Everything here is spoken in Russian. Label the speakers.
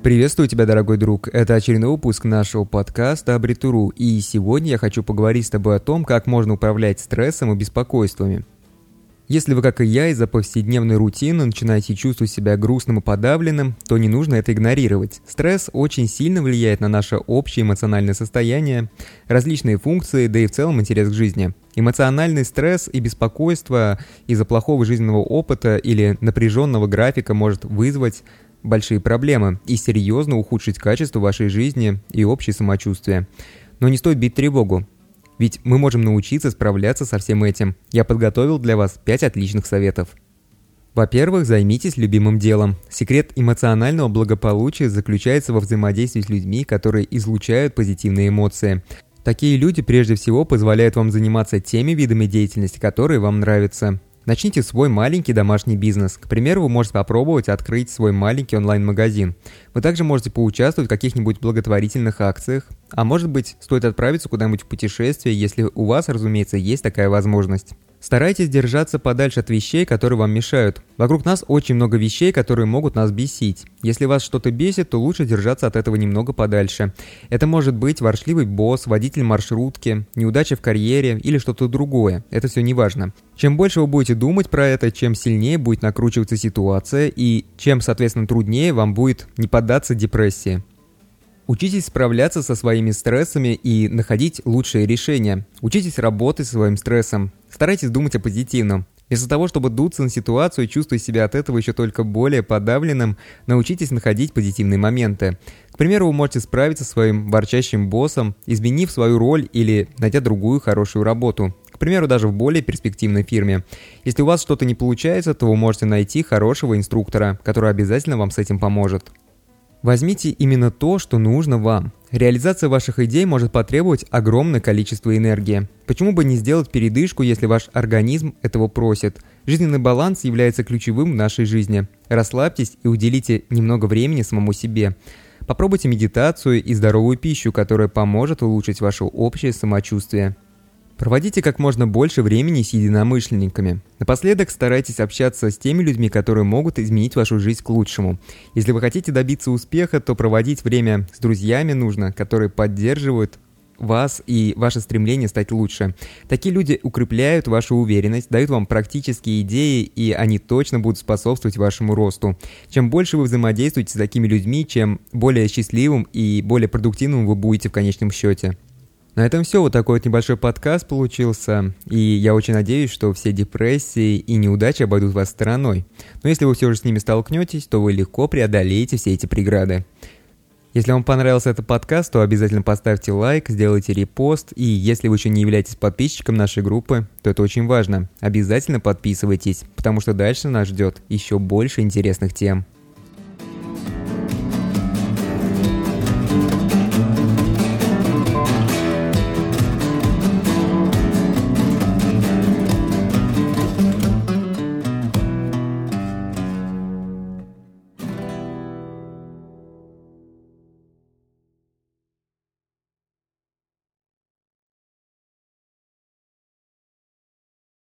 Speaker 1: Приветствую тебя, дорогой друг. Это очередной выпуск нашего подкаста Абритуру. И сегодня я хочу поговорить с тобой о том, как можно управлять стрессом и беспокойствами. Если вы, как и я, из-за повседневной рутины начинаете чувствовать себя грустным и подавленным, то не нужно это игнорировать. Стресс очень сильно влияет на наше общее эмоциональное состояние, различные функции, да и в целом интерес к жизни. Эмоциональный стресс и беспокойство из-за плохого жизненного опыта или напряженного графика может вызвать большие проблемы и серьезно ухудшить качество вашей жизни и общее самочувствие. Но не стоит бить тревогу, ведь мы можем научиться справляться со всем этим. Я подготовил для вас 5 отличных советов. Во-первых, займитесь любимым делом. Секрет эмоционального благополучия заключается во взаимодействии с людьми, которые излучают позитивные эмоции. Такие люди прежде всего позволяют вам заниматься теми видами деятельности, которые вам нравятся. Начните свой маленький домашний бизнес. К примеру, вы можете попробовать открыть свой маленький онлайн-магазин. Вы также можете поучаствовать в каких-нибудь благотворительных акциях. А может быть, стоит отправиться куда-нибудь в путешествие, если у вас, разумеется, есть такая возможность. Старайтесь держаться подальше от вещей, которые вам мешают. Вокруг нас очень много вещей, которые могут нас бесить. Если вас что-то бесит, то лучше держаться от этого немного подальше. Это может быть ворчливый босс, водитель маршрутки, неудача в карьере или что-то другое. Это все не важно. Чем больше вы будете думать про это, чем сильнее будет накручиваться ситуация и чем, соответственно, труднее вам будет не поддаться депрессии. Учитесь справляться со своими стрессами и находить лучшие решения. Учитесь работать со своим стрессом. Старайтесь думать о позитивном. Вместо того, чтобы дуться на ситуацию и чувствовать себя от этого еще только более подавленным, научитесь находить позитивные моменты. К примеру, вы можете справиться со своим ворчащим боссом, изменив свою роль или найдя другую хорошую работу. К примеру, даже в более перспективной фирме. Если у вас что-то не получается, то вы можете найти хорошего инструктора, который обязательно вам с этим поможет. Возьмите именно то, что нужно вам. Реализация ваших идей может потребовать огромное количество энергии. Почему бы не сделать передышку, если ваш организм этого просит? Жизненный баланс является ключевым в нашей жизни. Расслабьтесь и уделите немного времени самому себе. Попробуйте медитацию и здоровую пищу, которая поможет улучшить ваше общее самочувствие. Проводите как можно больше времени с единомышленниками. Напоследок старайтесь общаться с теми людьми, которые могут изменить вашу жизнь к лучшему. Если вы хотите добиться успеха, то проводить время с друзьями нужно, которые поддерживают вас и ваше стремление стать лучше. Такие люди укрепляют вашу уверенность, дают вам практические идеи, и они точно будут способствовать вашему росту. Чем больше вы взаимодействуете с такими людьми, чем более счастливым и более продуктивным вы будете в конечном счете. На этом все. Вот такой вот небольшой подкаст получился. И я очень надеюсь, что все депрессии и неудачи обойдут вас стороной. Но если вы все же с ними столкнетесь, то вы легко преодолеете все эти преграды. Если вам понравился этот подкаст, то обязательно поставьте лайк, сделайте репост. И если вы еще не являетесь подписчиком нашей группы, то это очень важно. Обязательно подписывайтесь, потому что дальше нас ждет еще больше интересных тем.